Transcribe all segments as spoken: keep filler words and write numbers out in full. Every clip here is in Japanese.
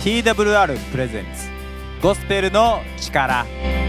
ティーダブリューアール プレゼンツゴスペルの力。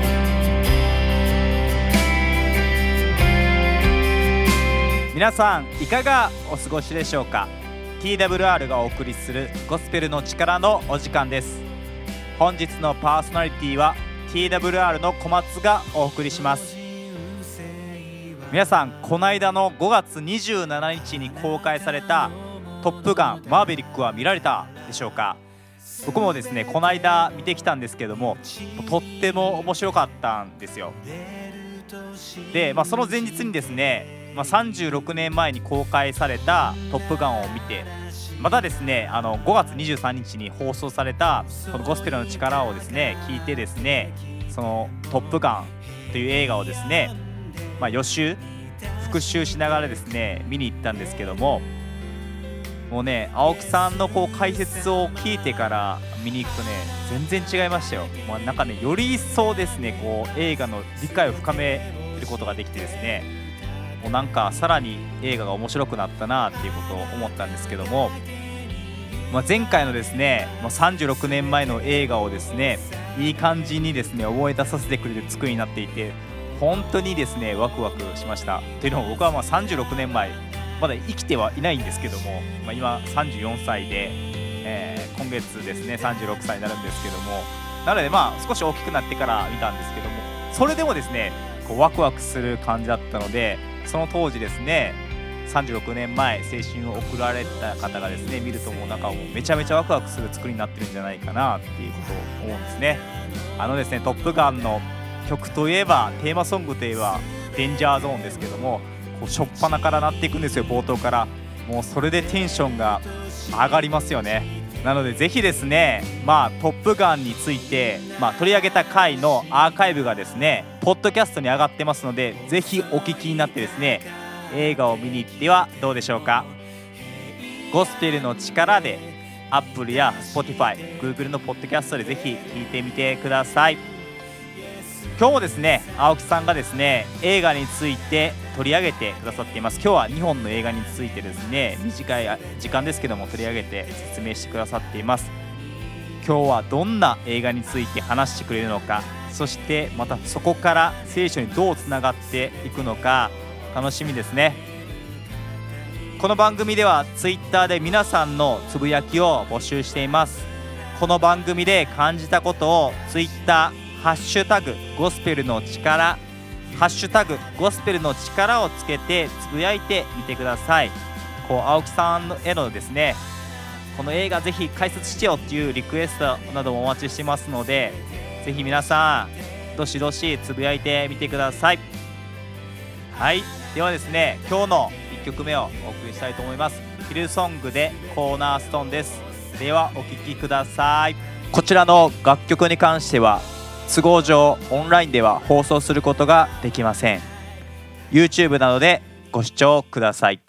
皆さんいかがお過ごしでしょうか。 ティーダブリューアール がお送りするゴスペルの力のお時間です。本日のパーソナリティは ティーダブリューアール の小松がお送りします。皆さんこの間のごがつにじゅうしちにちに公開されたトップガンマーヴェリックは見られたでしょうか。僕もですねこの間見てきたんですけども、とっても面白かったんですよ。で、まあ、その前日にですね、まあ、さんじゅうろくねんまえに公開されたトップガンを見て、またですねあのごがつにじゅうさんにちに放送されたこのゴスペルの力をですね聞いてですね、そのトップガンという映画をですね、まあ、予習復習しながらですね見に行ったんですけども、もうね青木さんのこう解説を聞いてから見に行くとね全然違いましたよ。もうなんかねより一層ですねこう映画の理解を深めることができてですね、もうなんかさらに映画が面白くなったなっていうことを思ったんですけども、まあ、前回のですね、まあ、さんじゅうろくねんまえの映画をですねいい感じにですね思い出させてくれる作りになっていて、本当にですねワクワクしました。というのも僕はまあさんじゅうろくねんまえまだ生きてはいないんですけども、まあ、今さんじゅうよんさいで、えー、今月ですねさんじゅうろくさいになるんですけども、なのでまあ少し大きくなってから見たんですけども、それでもですねこうワクワクする感じだったので、その当時ですねさんじゅうろくねんまえ青春を送られた方がですね見るともうなんかもうめちゃめちゃワクワクする作りになってるんじゃないかなっていうことを思うんですね。あのですねトップガンの曲といえば、テーマソングといえばデンジャーゾーンですけども、こう初っ端から鳴っていくんですよ。冒頭からもうそれでテンションが上がりますよね。なのでぜひですね、まあトップガンについて、まあ、取り上げた回のアーカイブがですねポッドキャストに上がってますので、ぜひお聞きになってですね映画を見に行ってはどうでしょうか。ゴスペルの力で Apple や Spotify、Google のポッドキャストでぜひ聞いてみてください。今日もですね青木さんがですね映画について取り上げてくださっています。今日はにほんの映画についてですね短い時間ですけども取り上げて説明してくださっています。今日はどんな映画について話してくれるのか、そしてまたそこから聖書にどうつながっていくのか楽しみですね。この番組ではツイッターで皆さんのつぶやきを募集しています。この番組で感じたことをツイッターハッシュタグゴスペルの力、ハッシュタグゴスペルの力をつけてつぶやいてみてください。こう青木さんへのですねこの映画ぜひ解説してよっていうリクエストなどもお待ちしてますので、ぜひ皆さんどしどしつぶやいてみてください。はい、ではですね今日のいっきょくめをお送りしたいと思います。ヒルソングでコーナーストーンです。ではお聴きください。こちらの楽曲に関しては都合上オンラインでは放送することができません。 YouTube などでご視聴ください。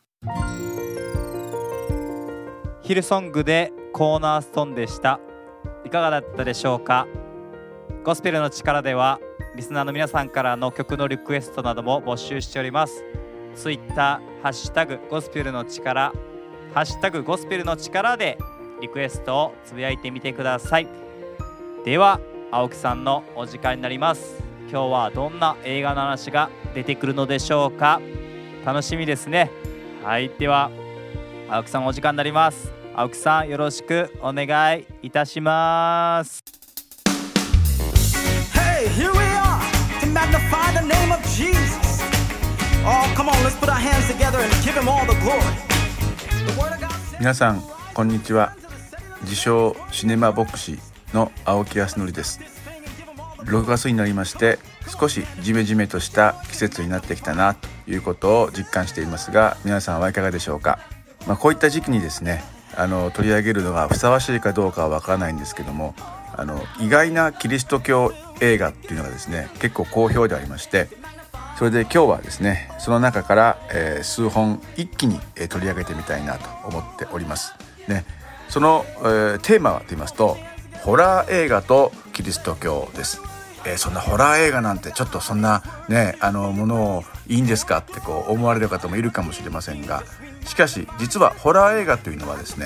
ヒルソングでコーナーストーンでした。いかがだったでしょうか。ゴスペルの力ではリスナーの皆さんからの曲のリクエストなども募集しております。 Twitter ハッシュタグゴスペルの力、ハッシュタグゴスペルの力でリクエストをつぶやいてみてください。では青木さんのお時間になります。今日はどんな映画の話が出てくるのでしょうか。楽しみですね。はい、では青木さんお時間になります。青木さんよろしくお願いいたします。 Hey, here we are to magnify the name of Jesus. Oh, come on, let's put our hands together and give him all the glory. The word of God says... 皆さんこんにちは。自称シネマ牧師の青木康則です。ろくがつになりまして少しジメジメとした季節になってきたなということを実感していますが、皆さんはいかがでしょうか。まあ、こういった時期にですねあの取り上げるのがふさわしいかどうかはわからないんですけども、あの意外なキリスト教映画っていうのがですね結構好評でありまして、それで今日はですねその中から、えー、数本一気に、えー、取り上げてみたいなと思っておりますね。その、えー、テーマはと言いますとホラー映画とキリスト教です。えー、そんなホラー映画なんてちょっとそんなねあのものをいいんですかってこう思われる方もいるかもしれませんが、しかし実はホラー映画というのはですね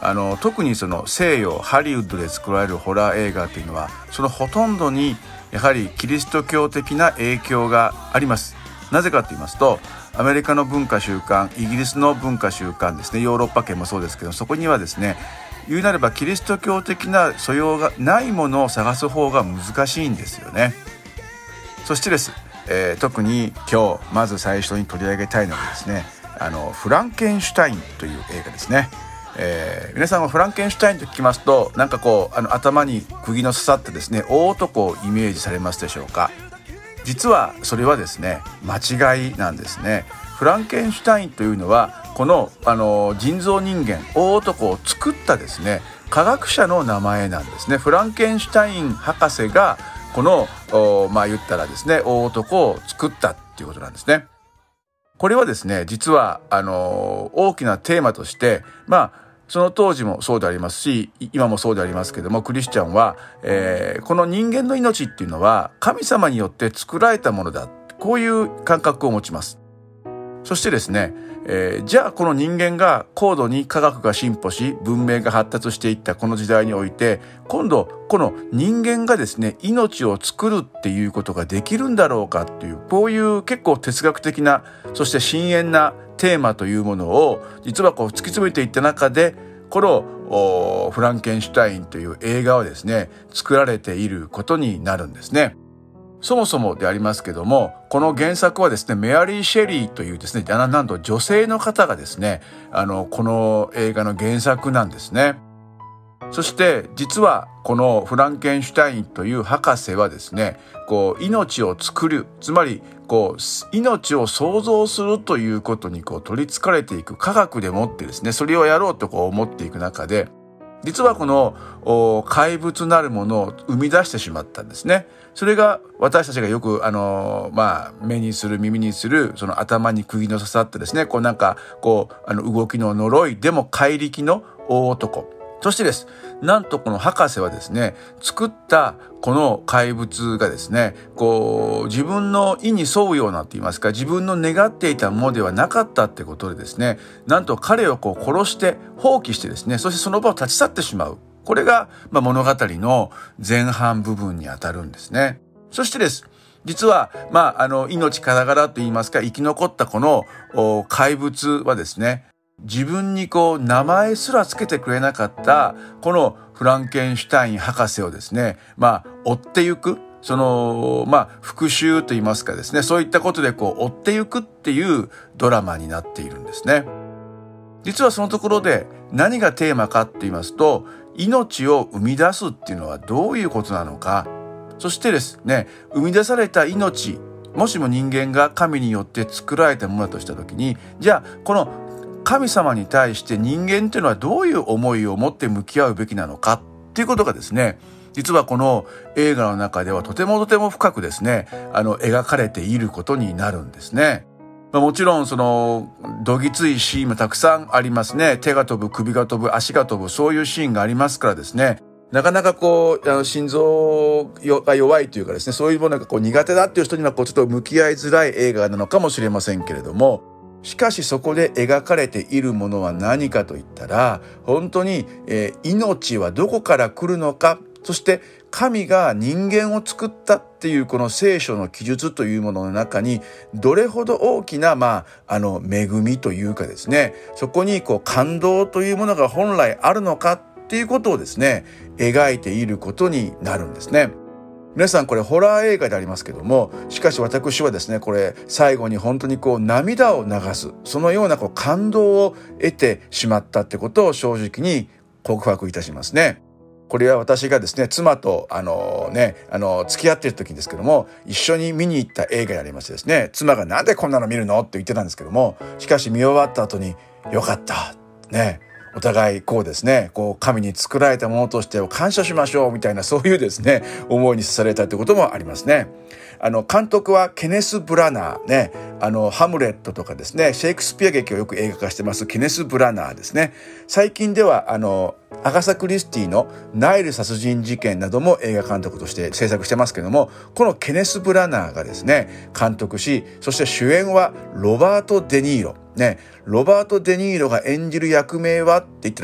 あの特にその西洋ハリウッドで作られるホラー映画というのはそのほとんどにやはりキリスト教的な影響があります。なぜかと言いますと、アメリカの文化習慣、イギリスの文化習慣ですね、ヨーロッパ圏もそうですけど、そこにはですね、言うなればキリスト教的な素養がないものを探す方が難しいんですよね。そしてです、えー、特に今日まず最初に取り上げたいのがですね、あのフランケンシュタインという映画ですね。えー、皆さんはフランケンシュタインと聞きますと、なんかこうあの頭に釘の刺さってですね、大男をイメージされますでしょうか。実はそれはですね、間違いなんですね。フランケンシュタインというのはこの、あの人造人間大男を作ったですね、科学者の名前なんですね。フランケンシュタイン博士がこのまあ言ったらですね、大男を作ったっていうことなんですね。これはですね、実はあの大きなテーマとして、まあその当時もそうでありますし、今もそうでありますけども、クリスチャンは、えー、この人間の命っていうのは神様によって作られたものだ、こういう感覚を持ちます。そしてですね、えー、じゃあこの人間が高度に科学が進歩し文明が発達していったこの時代において、今度この人間がですね、命を作るっていうことができるんだろうかっていう、こういう結構哲学的な、そして深遠なテーマというものを実はこう突き詰めていった中で、このフランケンシュタインという映画をですね、作られていることになるんですね。そもそもでありますけども、この原作はですね、メアリー・シェリーというですね、なんと女性の方がですね、あのこの映画の原作なんですね。そして実はこのフランケンシュタインという博士はですね、こう命を作る、つまりこう命を創造するということにこう取り憑かれていく、科学でもってですね、それをやろうとこう思っていく中で、実はこの怪物なるものを生み出してしまったんですね。それが私たちがよくあの、まあ、目にする耳にするその頭に釘の刺さってですね、こうなんかこうあの動きの呪いでも怪力の大男。そしてです、なんとこの博士はですね、作ったこの怪物がですね、こう自分の意に沿うようなと言いますか、自分の願っていたものではなかったってことでですね、なんと彼をこう殺して放棄してですね、そしてその場を立ち去ってしまう。これが、まあ、物語の前半部分にあたるんですね。そしてです、実は、まあ、あの命からがらと言いますか、生き残ったこの怪物はですね、自分にこう名前すらつけてくれなかったこのフランケンシュタイン博士をですね、まあ追ってゆく、そのまあ復讐と言いますかですね、そういったことでこう追ってゆくっていうドラマになっているんですね。実はそのところで何がテーマかって言いますと、命を生み出すっていうのはどういうことなのか、そしてですね、生み出された命、もしも人間が神によって作られたものだとしたときに、じゃあこの神様に対して人間というのはどういう思いを持って向き合うべきなのかっていうことがですね、実はこの映画の中ではとてもとても深くですね、あの描かれていることになるんですね。まあ、もちろんそのどぎついシーンもたくさんありますね。手が飛ぶ、首が飛ぶ、足が飛ぶ、そういうシーンがありますからですね、なかなかこうあの心臓が弱いというかですね、そういうものがこう苦手だっていう人にはこうちょっと向き合いづらい映画なのかもしれませんけれども、しかしそこで描かれているものは何かといったら、本当に、えー、命はどこから来るのか、そして神が人間を作ったっていうこの聖書の記述というものの中にどれほど大きな、まあ、あの恵みというかですね、そこにこう感動というものが本来あるのかっていうことをですね、描いていることになるんですね。皆さんこれホラー映画でありますけども、しかし私はですね、これ最後に本当にこう涙を流す、そのようなこう感動を得てしまったってことを正直に告白いたしますね。これは私がですね、妻とあのね、あの付き合っている時ですけども、一緒に見に行った映画でありましてですね、妻がなんでこんなの見るのって言ってたんですけども、しかし見終わった後によかったね、お互いこうですね、こう神に作られたものとしてを感謝しましょうみたいな、そういうですね思いにされたということもありますね。あの監督はケネス・ブラナーね、あのハムレットとかですね、シェイクスピア劇をよく映画化してますケネス・ブラナーですね。最近ではあのアガサ・クリスティのナイル殺人事件なども映画監督として制作してますけども、このケネス・ブラナーがですね監督し、そして主演はロバート・デ・ニーロね、ロバート・デ・ニーロが演じる役名はって言ったらこれ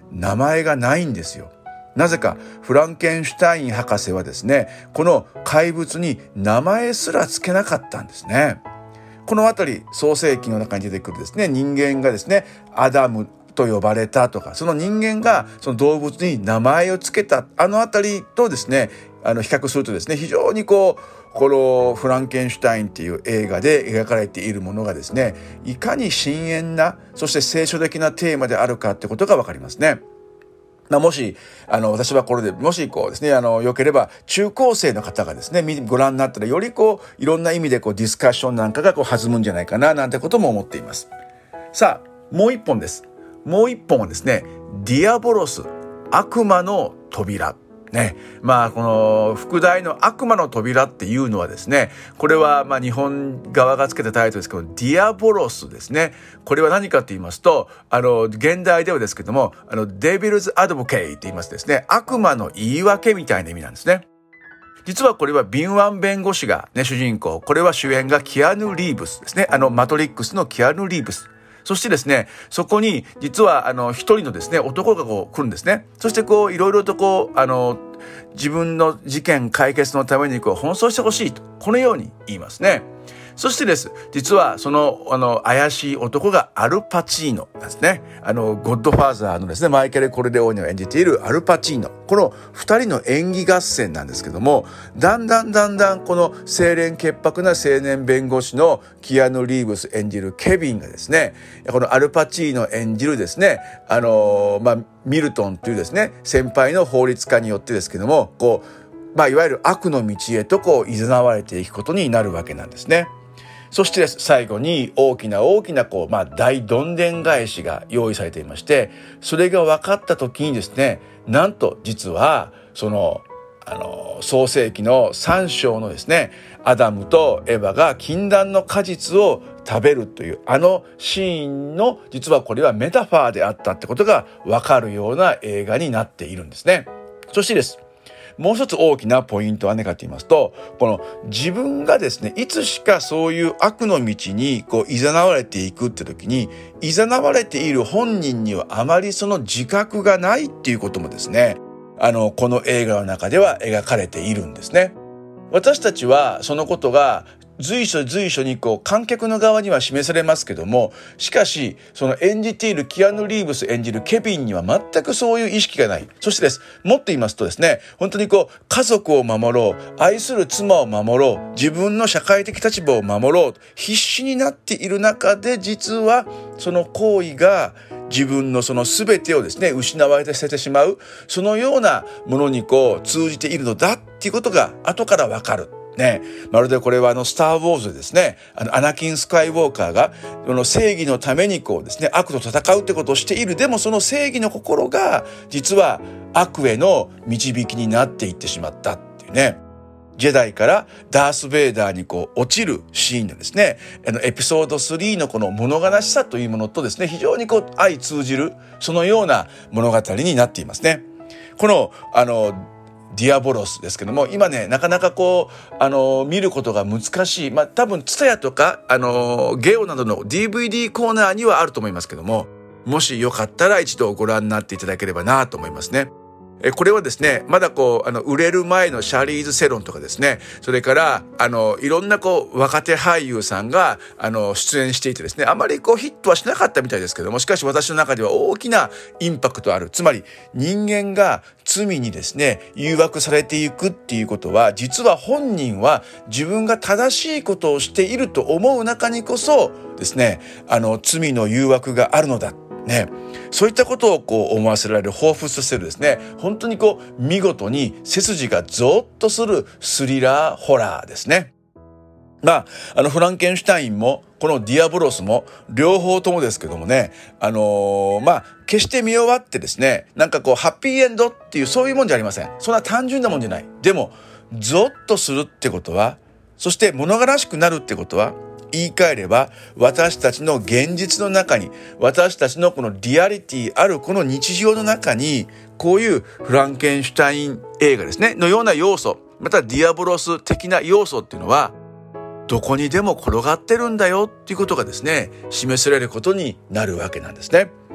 名前がないんですよ。なぜかフランケンシュタイン博士はですね、この怪物に名前すらつけなかったんですね。このあたり、創世記の中に出てくるですね、人間がですね、アダムと呼ばれたとか、その人間がその動物に名前をつけた、あのあたりとですね、あの比較するとですね、非常にこうこのフランケンシュタインっていう映画で描かれているものがですね、いかに深遠な、そして聖書的なテーマであるかってことがわかりますね。まあ、もしあの私はこれでもしこうですね、あのよければ中高生の方がですねご覧になったら、よりこういろんな意味でこうディスカッションなんかがこう弾むんじゃないかななんてことも思っています。さあもう一本です。もう一本はですね、ディアボロス、悪魔の扉ね。まあこの副題の悪魔の扉っていうのはですね、これはまあ日本側がつけたタイトルですけど、ディアボロスですね。これは何かと言いますと、あの現代ではですけども、あのデビルズアドボケイと言いますですね、悪魔の言い訳みたいな意味なんですね。実はこれは敏腕弁護士がね主人公、これは主演がキアヌ・リーブスですね。あのマトリックスのキアヌ・リーブス。そしてですね、そこに実はあの一人のですね男がこう来るんですね。そしてこういろいろとこうあの自分の事件解決のためにこう奔走してほしいと、このように言いますね。そしてです、実はそのあの怪しい男がアルパチーノですね。あのゴッドファーザーのですねマイケル・コルレオーネを演じているアルパチーノ、この二人の演技合戦なんですけども、だんだんだんだんこの清廉潔白な青年弁護士のキアヌ・リーブス演じるケビンがですね、このアルパチーノ演じるですね、あのまあミルトンというですね先輩の法律家によってですけども、こうまあいわゆる悪の道へとこう誘われていくことになるわけなんですね。そしてです、最後に大きな大きなこう、まあ、大どんでん返しが用意されていまして、それが分かった時にですね、なんと実はそのあの創世記のさん章のですね、アダムとエヴァが禁断の果実を食べるというあのシーンの、実はこれはメタファーであったってことが分かるような映画になっているんですね。そしてです、もう一つ大きなポイントは何かと言いますと、この自分がですね、いつしかそういう悪の道にこう誘われていくって時に、誘われている本人にはあまりその自覚がないっていうこともですね、あのこの映画の中では描かれているんですね。私たちはそのことが随所随所にこう観客の側には示されますけども、しかしその演じているキアヌ・リーブス演じるケビンには全くそういう意識がない。そしてです、もっと言いますとですね、本当にこう家族を守ろう、愛する妻を守ろう、自分の社会的立場を守ろう、必死になっている中で、実はその行為が自分のその全てをですね失われて捨ててしまう、そのようなものにこう通じているのだっていうことが後からわかる。ね、まるでこれはあのスター・ウォーズでですね、あのアナキン・スカイウォーカーがこの正義のためにこうですね悪と戦うってことをしている。でもその正義の心が実は悪への導きになっていってしまったっていうね。ジェダイからダース・ベイダーにこう落ちるシーンのですね、あのエピソードスリーのこの物悲しさというものとですね、非常にこう相通じるそのような物語になっていますね。このあのディアボロスですけども、今ねなかなかこうあの見ることが難しい、まあ多分ツタヤとかあのゲオなどの ディーブイディー コーナーにはあると思いますけども、もしよかったら一度ご覧になっていただければなと思いますね。えこれはですね、まだこうあの売れる前のシャリーズ・セロンとかですね、それからあのいろんなこう若手俳優さんがあの出演していてですね、あまりこうヒットはしなかったみたいですけども、しかし私の中では大きなインパクトある。つまり人間が罪にですね誘惑されていくっていうことは、実は本人は自分が正しいことをしていると思う中にこそですね、あの罪の誘惑があるのだね、そういったことをこう思わせられる、彷彿とせるですね、本当にこう見事に背筋がゾーッとするスリラーホラーですね。まあ、あのフランケンシュタインもこのディアボロスも両方ともですけどもね、あのー、まあ決して見終わってですね、なんかこうハッピーエンドっていうそういうもんじゃありません。そんな単純なもんじゃない。でもゾッとするってことは、そして物悲しくなるってことは、言い換えれば私たちの現実の中に、私たちのこのリアリティあるこの日常の中に、こういうフランケンシュタイン映画ですねのような要素、またディアボロス的な要素っていうのはどこにでも転がってるんだよっていうことがですね示されることになるわけなんですね。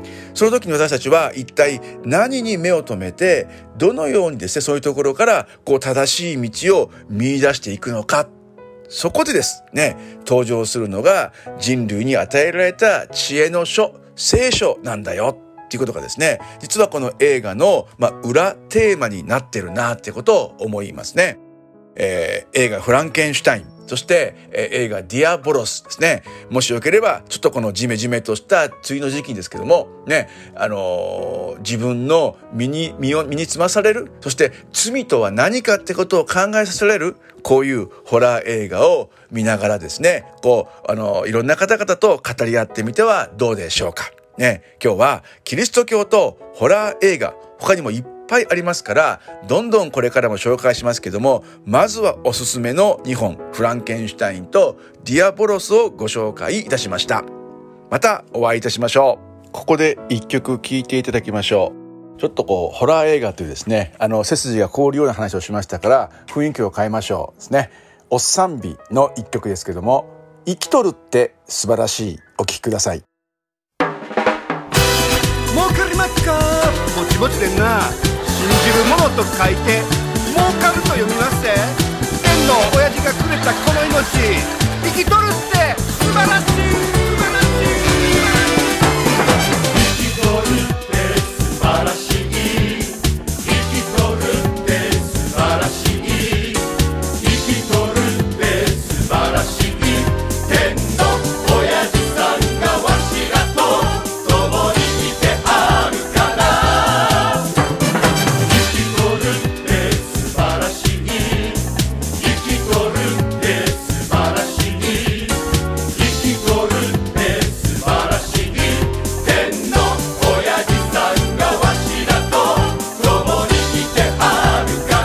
その時に私たちは一体何に目を留めて、どのようにですね、そういうところからこう正しい道を見出していくのか。そこでですね、登場するのが人類に与えられた知恵の書、聖書なんだよっていうことがですね、実はこの映画の、まあ、裏テーマになってるなってことを思いますね。えー、映画フランケンシュタイン、そして、えー、映画ディアボロスですね。もしよければちょっとこのジメジメとした梅雨の時期ですけどもね、あのー、自分の身に身を身につまされる、そして罪とは何かってことを考えさせられる、こういうホラー映画を見ながらですね、こうあのー、いろんな方々と語り合ってみてはどうでしょうかね。今日はキリスト教とホラー映画、他にもいっぱいいっぱいありますから、どんどんこれからも紹介しますけども、まずはおすすめのにほん、フランケンシュタインとディアボロスをご紹介いたしました。またお会いいたしましょう。ここで一曲聴いていただきましょう。ちょっとこうホラー映画というですね、あの背筋が凍るような話をしましたから雰囲気を変えましょうですね。おっさんびの一曲ですけども、生きとるって素晴らしい。お聴きください。 儲かりますか、もちもちでんな、信じるものと書いて儲かると読みまして、天の親父がくれたこの命、生きとるって素晴らしい、素晴らしい、生きとるって素晴らしい、生きとるって素晴らしい、生きとるって素晴らしい、天の親父さんがわしらと共にいてあるから、生きとるって素晴らしい、生きとるって素晴らしい、生きとるって素晴らしい、天の親父さんがわしらと共にいてあるから、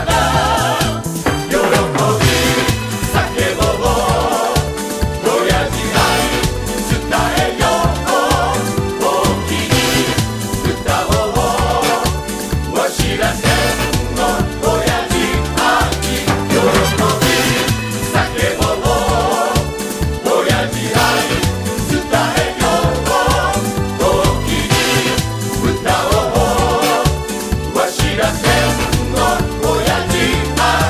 喜び叫ぼう、親父愛伝えよう、大きに歌おう、わしら天の親父愛、喜び叫ぼう、親父愛伝えよう、大きに歌おう、わしら天の親父愛、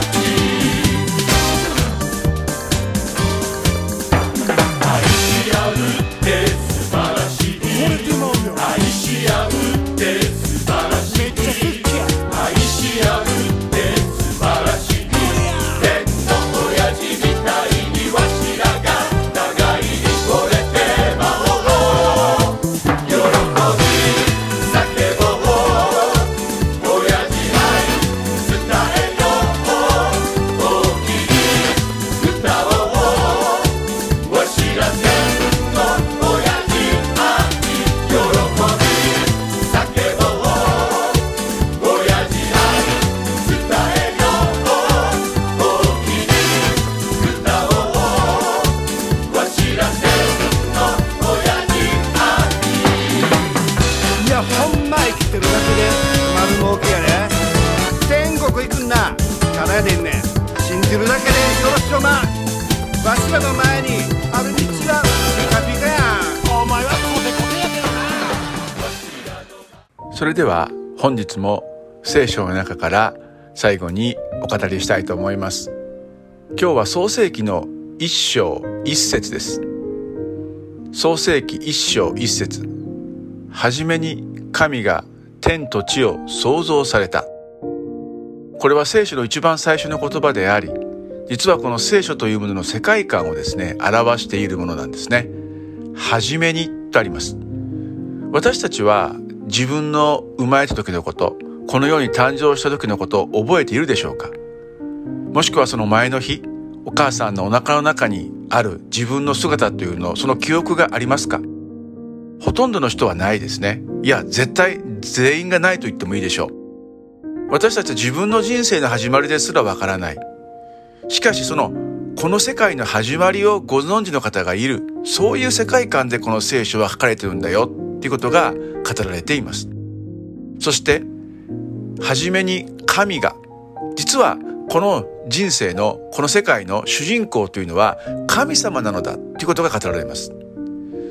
愛し合うって素晴らしい、愛し合うって素晴らしい、愛し合うって素晴らしい、天の親父みたいにわしらが互いに惚れてまおう、喜び叫ぼう、親父愛伝えよう、大きに歌おう、わしら天の親父愛、喜び叫ぼう、親父愛伝えよう、大きに歌おう、わしら天の親父愛。いやほんま生きてるだけで丸儲けやで、天国行くんな、ただやでんねん、信じるだけでよろしおま、わしらの前にある道はピカピカやん、お前はコテコテやけどな。 それでは本日も聖書の中から最後にお語りしたいと思います。今日は創世記の一章一節です。創世記一章一節、はじめに神が天と地を創造された。これは聖書の一番最初の言葉であり、実はこの聖書というものの世界観をですね、表しているものなんですね。はじめにとあります。私たちは自分の生まれた時のこと、この世に誕生した時のことを覚えているでしょうか。もしくはその前の日、お母さんのお腹の中にある自分の姿というの、その記憶がありますか。ほとんどの人はないですね。いや、絶対全員がないと言ってもいいでしょう。私たちは自分の人生の始まりですらわからない。しかしそのこの世界の始まりをご存知の方がいる、そういう世界観でこの聖書は書かれてるんだよっていうことが語られています。そしてはじめに神が、実はこの人生のこの世界の主人公というのは神様なのだっていうことが語られます。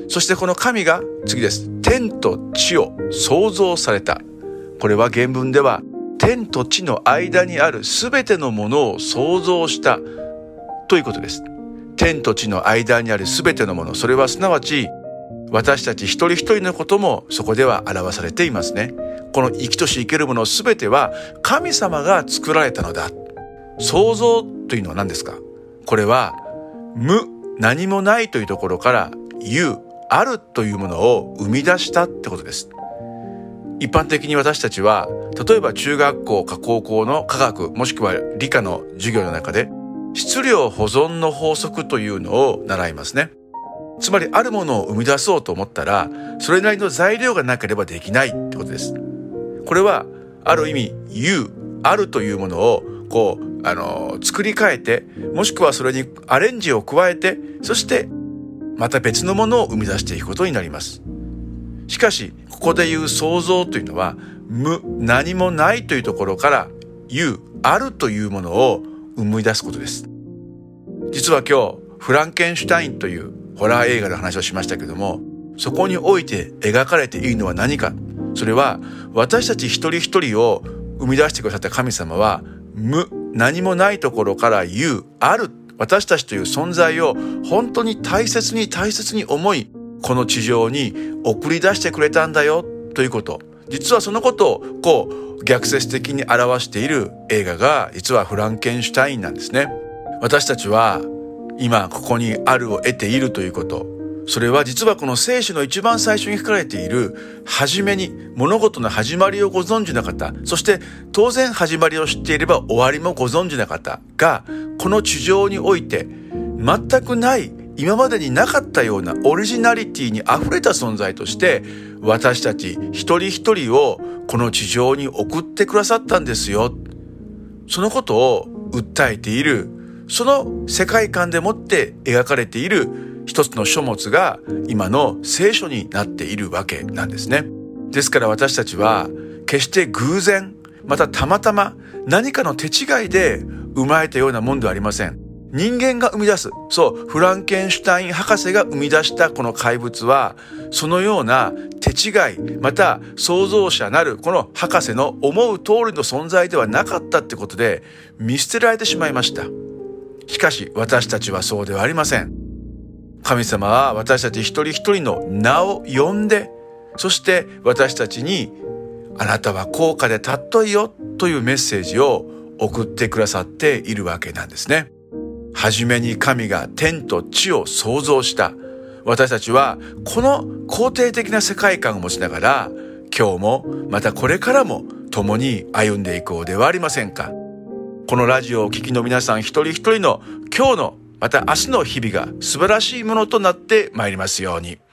そしてこの神が次です。天と地を創造された。これは原文では天と地の間にあるすべてのものを創造したということです。天と地の間にあるすべてのもの、それはすなわち私たち一人一人のこともそこでは表されていますね。この生きとし生けるものすべては神様が作られたのだ。創造というのは何ですか？これは無、何もないというところから有、あるというものを生み出したってことです。一般的に私たちは例えば中学校か高校の科学もしくは理科の授業の中で質量保存の法則というのを習いますね。つまりあるものを生み出そうと思ったらそれなりの材料がなければできないってことです。これはある意味有、あるというものをこうあの作り変えて、もしくはそれにアレンジを加えて、そしてまた別のものを生み出していくことになります。しかしここでいう創造というのは無、何もないというところから有、あるというものを生み出すことです。実は今日フランケンシュタインというホラー映画の話をしましたけども、そこにおいて描かれているのは何か。それは私たち一人一人を生み出してくださった神様は無、何もないところから有、ある、私たちという存在を本当に大切に大切に思い、この地上に送り出してくれたんだよということ。実はそのことをこう逆説的に表している映画が実はフランケンシュタインなんですね。私たちは今ここにあるを得ているということ、それは実はこの聖書の一番最初に書かれている初めに物事の始まりをご存知な方、そして当然始まりを知っていれば終わりもご存知な方がこの地上において全くない今までになかったようなオリジナリティにあふれた存在として私たち一人一人をこの地上に送ってくださったんですよ。そのことを訴えている、その世界観でもって描かれている一つの書物が今の聖書になっているわけなんですね。ですから私たちは決して偶然、またたまたま何かの手違いで生まれたようなもんではありません。人間が生み出す、そうフランケンシュタイン博士が生み出したこの怪物はそのような手違い、また創造者なるこの博士の思う通りの存在ではなかったってことで見捨てられてしまいました。しかし私たちはそうではありません。神様は私たち一人一人の名を呼んで、そして私たちにあなたは高価で尊いよというメッセージを送ってくださっているわけなんですね。はじめに神が天と地を創造した。私たちはこの肯定的な世界観を持ちながら今日もまたこれからも共に歩んでいこうではありませんか。このラジオをお聞きの皆さん一人一人の今日のまた明日の日々が素晴らしいものとなってまいりますように。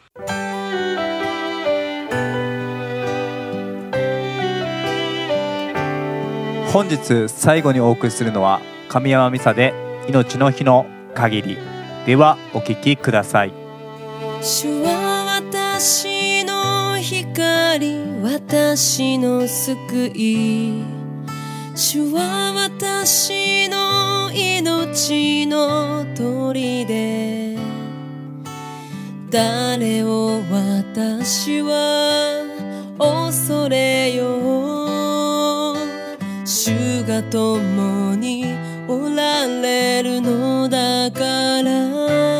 本日最後にお送りするのは神山美沙で命の日の限り。ではお聞きください。 主は私の光、私の救い。主は私の命の砦。誰を私は恐れよう。主が共におられるのだから。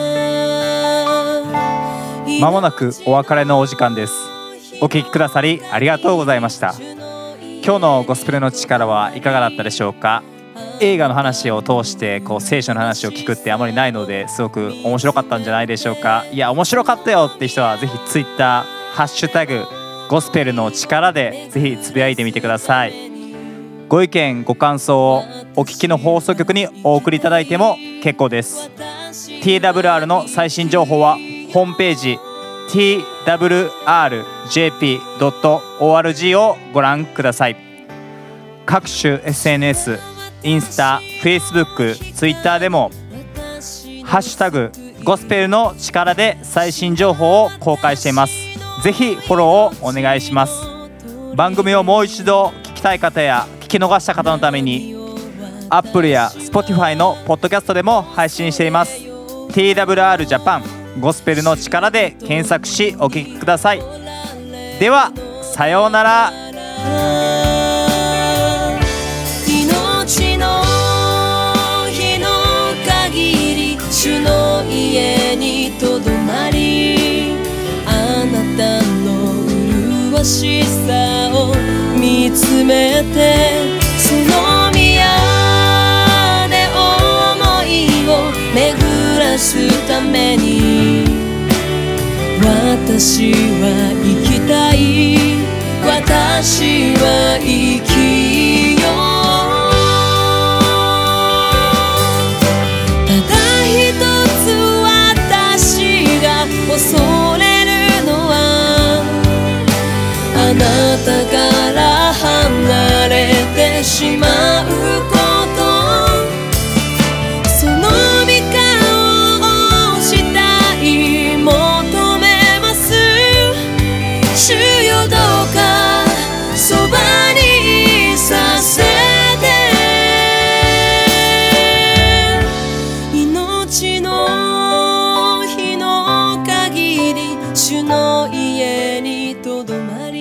まもなくお別れのお時間です。お聞きくださりありがとうございました。今日のゴスペルの力はいかがだったでしょうか。映画の話を通してこう聖書の話を聞くってあまりないのですごく面白かったんじゃないでしょうか。いや面白かったよって人はぜひツイッターハッシュタグゴスペルの力でぜひつぶやいてみてください。ご意見ご感想をお聞きの放送局にお送りいただいても結構です。 ティーダブリューアール の最新情報はホームページ ティーダブリューアールジェーピードットオーアールジー をご覧ください。各種 エスエヌエス、インスタ、フェイスブック、ツイッターでもハッシュタグゴスペルの力で最新情報を公開しています。ぜひフォローをお願いします。番組をもう一度聞きたい方や聞き逃した方のために Apple や Spotify のポッドキャストでも配信しています。 ティーダブリューアール ジャパンゴスペルの力で検索しお聞きください。ではさようなら。 命の日の限り主の家にとどまり、あなたの麗しさを見つめて、その宮で思いを巡らすために私は生きたい、私は生きよう。ただ一つ私が恐れるのは、あなたから離れてしまうこと。その御顔をしたい、求めます。主よどうかそばにいさせて。命の日の限り主の家にとどまり、